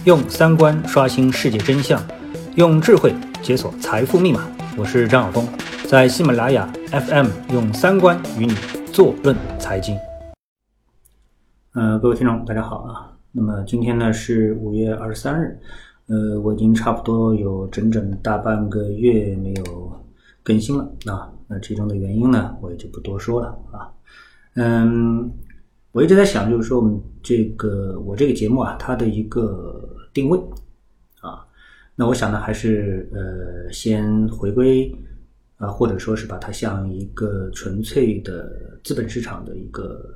用三观刷新世界真相，用智慧解锁财富密码。我是张晓峰，在喜马拉雅 FM 用三观与你坐论财经。各位听众大家好啊。那么今天呢是5月23日，我已经差不多有整整大半个月没有更新了啊。那其中的原因呢，我也就不多说了啊。我一直在想，就是说我这个节目啊，它的一个定位啊，那我想呢，还是先回归或者说是把它像一个纯粹的资本市场的一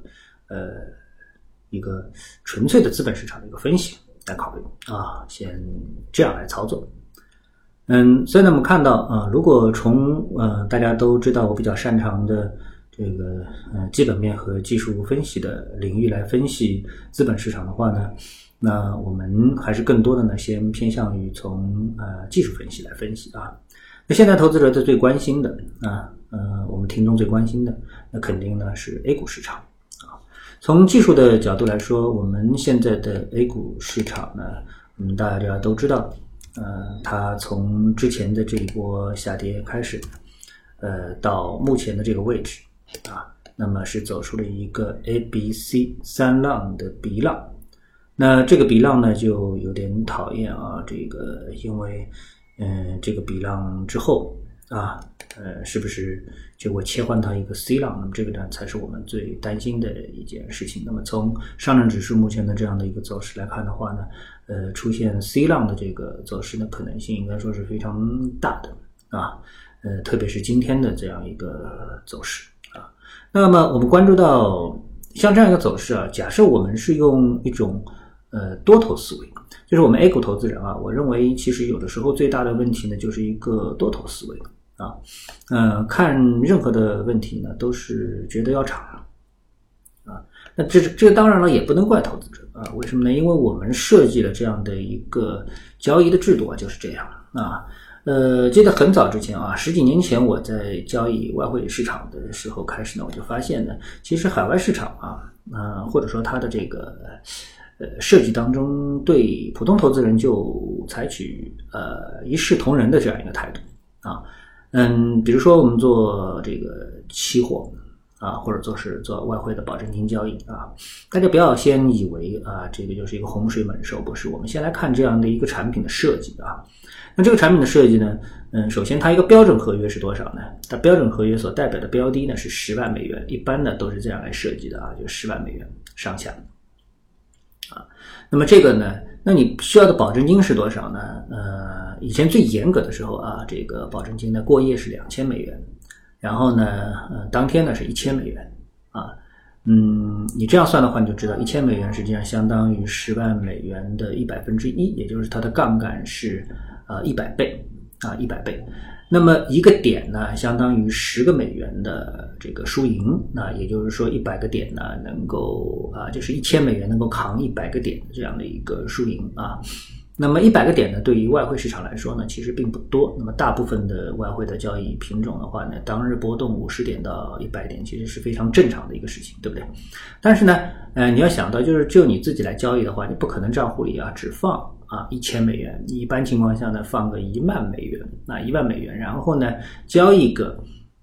个纯粹的资本市场的一个分析来考虑啊，先这样来操作。所以呢，我们看到如果从大家都知道我比较擅长的这个基本面和技术分析的领域来分析资本市场的话呢，那我们还是更多的呢先偏向于从技术分析来分析啊。那现在投资者最关心的我们听众最关心的，那肯定呢是 A 股市场啊。从技术的角度来说，我们现在的 A 股市场呢，大家都知道，它从之前的这一波下跌开始，到目前的这个位置啊，那么是走出了一个 ABC 三浪的 B 浪。那这个 B 浪呢就有点讨厌啊，因为这个 B 浪之后啊，是不是就会切换到一个 C 浪？那么这个呢才是我们最担心的一件事情。那么从上证指数目前的这样的一个走势来看的话呢，出现 C 浪的这个走势的可能性应该说是非常大的啊，特别是今天的这样一个走势啊。那么我们关注到像这样一个走势啊，假设我们是用一种多头思维，就是我们 A 股投资人啊，我认为其实有的时候最大的问题呢就是一个多头思维啊，看任何的问题呢都是觉得要涨啊。那这当然了也不能怪投资者啊，为什么呢？因为我们设计了这样的一个交易的制度啊，就是这样啊。记得很早之前啊，10几年前我在交易外汇市场的时候开始呢，我就发现呢，其实海外市场或者说它的这个设计当中对普通投资人就采取一视同仁的这样一个态度啊。比如说我们做这个期货或者做外汇的保证金交易啊，大家不要先以为这个就是一个洪水猛兽，不是。我们先来看这样的一个产品的设计啊。那这个产品的设计呢，首先它一个标准合约是多少呢？它标准合约所代表的标的呢是10万美元，一般呢都是这样来设计的啊，就是10万美元上下啊。那么这个呢，那你需要的保证金是多少呢？以前最严格的时候啊，这个保证金呢过夜是2000美元，然后呢，当天呢是1000美元啊。你这样算的话，你就知道1000美元实际上相当于10万美元的1/100，也就是它的杠杆是100倍啊，100倍。那么一个点呢，相当于10个美元的这个输赢，那也就是说100个点呢，能够就是1000美元能够扛100个点的这样的一个输赢啊。那么100个点呢，对于外汇市场来说呢，其实并不多。那么大部分的外汇的交易品种的话呢，当日波动50点到100点，其实是非常正常的一个事情，对不对？但是呢，你要想到，就是只有你自己来交易的话，你不可能账户里只放1000美元，你一般情况下呢放个1万美元1万美元，然后呢交易个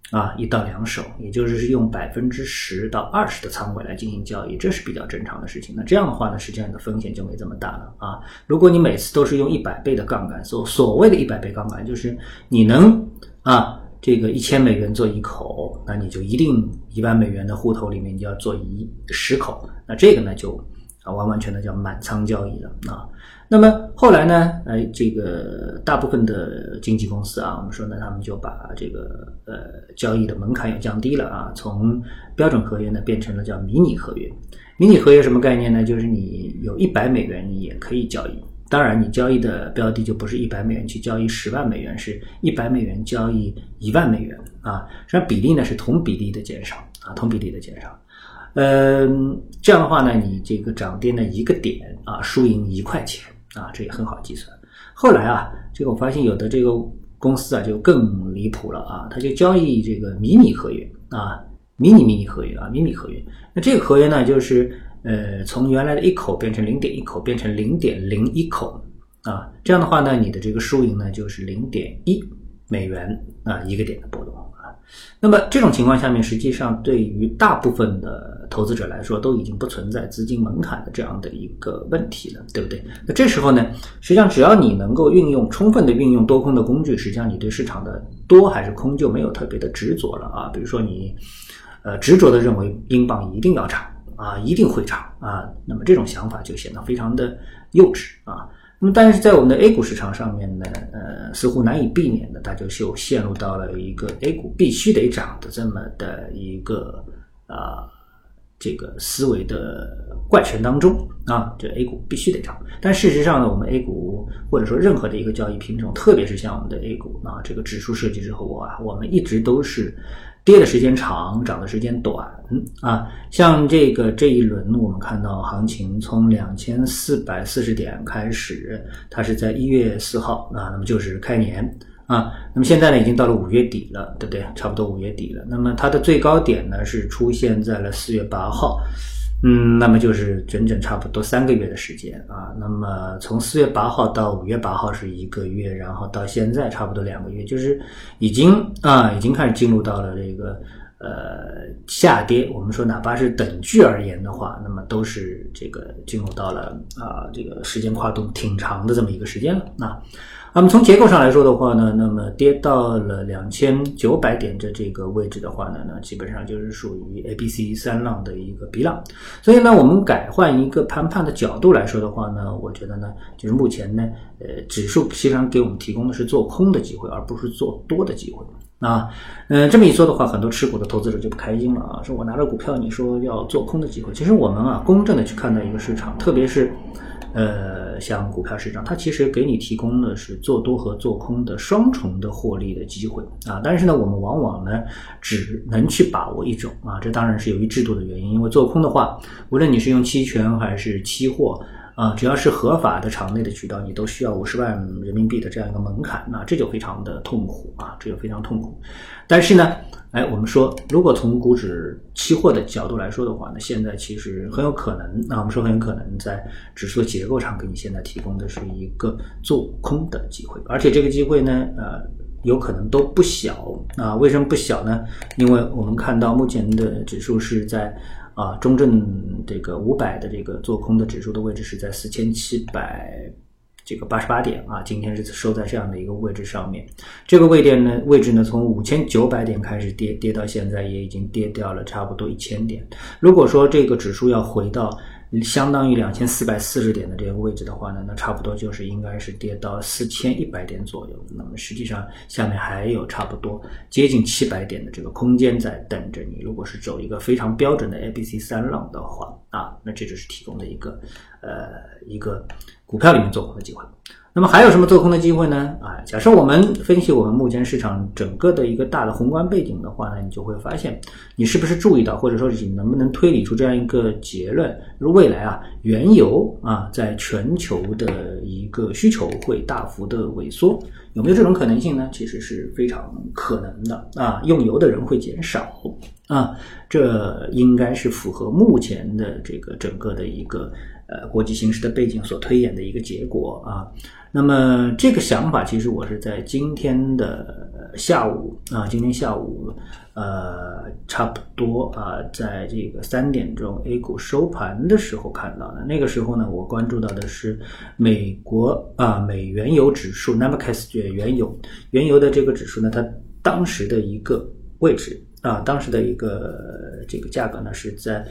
1到2手，也就是用10%到20%的仓位来进行交易，这是比较正常的事情。那这样的话呢，实际上你的风险就没这么大了啊。如果你每次都是用100倍的杠杆，所谓的100倍杠杆，就是你能这个1000美元做1口，那你就一定1万美元的户头里面你就要做10口，那这个呢就完完全的叫满仓交易了啊。那么后来呢，这个大部分的经纪公司我们说呢，他们就把这个交易的门槛也降低了从标准合约呢变成了叫迷你合约。迷你合约什么概念呢？就是你有100美元你也可以交易，当然你交易的标的就不是100美元去交易10万美元，是100美元交易1万美元实际上比例呢是同比例的减少同比例的减少。这样的话呢，你这个涨跌呢1个点输赢1块钱这也很好计算。后来这个我发现有的这个公司就更离谱了他就交易这个迷你合约迷你合约迷你合约。那这个合约呢，就是从原来的1口变成 0.1 口变成 0.01 口啊，这样的话呢，你的这个输赢呢就是$0.1啊一个点的波动啊。那么这种情况下面，实际上对于大部分的投资者来说，都已经不存在资金门槛的这样的一个问题了，对不对？那这时候呢，实际上只要你能够充分的运用多空的工具，实际上你对市场的多还是空就没有特别的执着了啊。比如说你执着的认为英镑一定要涨啊，一定会涨啊，那么这种想法就显得非常的幼稚啊。那么但是在我们的 A 股市场上面呢，似乎难以避免的，它就陷入到了一个 A 股必须得涨的这么的一个这个思维的怪圈当中啊，这 A 股必须得涨。但事实上呢，我们 A 股或者说任何的一个交易品种，特别是像我们的 A 股啊，这个指数设计之后啊，我们一直都是跌的时间长，涨的时间短啊。像这一轮我们看到行情从2440点开始，它是在1月4号啊，那么就是开年啊，那么现在呢已经到了5月底了，对不对？差不多5月底了。那么它的最高点呢是出现在了4月8号，那么就是整整差不多3个月的时间啊。那么从4月8号到5月8号是1个月，然后到现在差不多2个月，就是已经开始进入到了这个下跌。我们说哪怕是等距而言的话，那么都是这个进入到了这个时间跨度挺长的这么一个时间了啊。那么从结构上来说的话呢，那么跌到了2900点的这个位置的话呢，基本上就是属于 ABC 3浪的一个 B 浪。所以呢，我们改换一个盘判的角度来说的话呢，我觉得呢，就是目前呢，指数实际上给我们提供的是做空的机会，而不是做多的机会啊。这么一说的话，很多持股的投资者就不开心了啊，说我拿着股票，你说要做空的机会。其实我们公正的去看待一个市场，特别是像股票市场，它其实给你提供的是做多和做空的双重的获利的机会啊。但是呢，我们往往呢只能去把握一种啊，这当然是由于制度的原因。因为做空的话，无论你是用期权还是期货只要是合法的场内的渠道，你都需要50万人民币的这样一个门槛，那这就非常的痛苦啊，这就非常痛苦。但是呢，我们说，如果从股指期货的角度来说的话呢，现在其实很有可能我们说很有可能在指数的结构上给你现在提供的是一个做空的机会，而且这个机会呢，有可能都不小啊。为什么不小呢？因为我们看到目前的指数是在中证这个500的这个做空的指数的位置是在4788点啊，今天是收在这样的一个位置上面。这个位置呢，从5900点开始跌到现在也已经跌掉了差不多1000点。如果说这个指数要回到相当于2440点的这个位置的话呢，那差不多就是应该是跌到4100点左右。那么实际上下面还有差不多接近700点的这个空间在等着你。如果是走一个非常标准的 ABC 3浪的话那这就是提供的一个股票里面做空的机会。那么还有什么做空的机会呢？假设我们分析我们目前市场整个的一个大的宏观背景的话呢，你就会发现，你是不是注意到，或者说你能不能推理出这样一个结论，未来原油在全球的一个需求会大幅的萎缩，有没有这种可能性呢？其实是非常可能的用油的人会减少这应该是符合目前的这个整个的一个国际形势的背景所推演的一个结果那么这个想法其实我是在今天的下午差不多在这个3点钟 A 股收盘的时候看到的。那个时候呢，我关注到的是美国美原油指数 NYMEX 原油的这个指数呢，它当时的一个位置当时的一个这个价格呢是在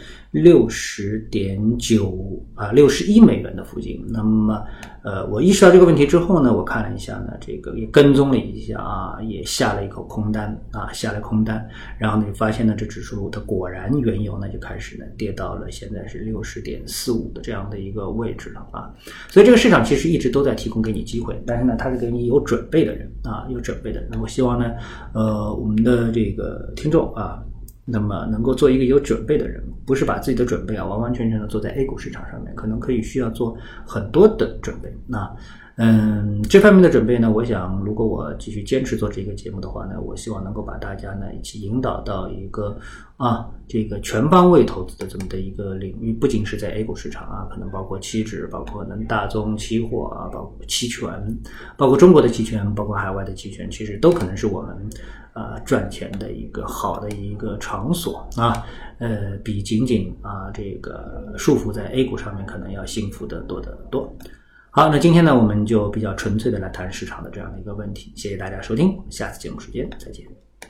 60.961美元的附近。那么我意识到这个问题之后呢，我看了一下呢，这个也跟踪了一下也下了一口空单然后呢就发现呢，这指数它果然原油呢就开始呢跌到了现在是60.45的这样的一个位置了所以这个市场其实一直都在提供给你机会，但是呢它是给你有准备的人有准备的人。我希望呢我们的这个听众那么能够做一个有准备的人，不是把自己的准备完完全全的做在 A 股市场上面，可能可以需要做很多的准备。那这方面的准备呢，我想如果我继续坚持做这个节目的话呢，我希望能够把大家呢一起引导到一个这个全方位投资的这么的一个领域，不仅是在 A 股市场可能包括期指，包括大宗期货包括期权，包括中国的期权，包括海外的期权，其实都可能是我们赚钱的一个好的一个场所比仅仅这个束缚在 A 股上面可能要幸福的多得多。好，那今天呢，我们就比较纯粹的来谈市场的这样的一个问题。谢谢大家收听，下次节目时间再见。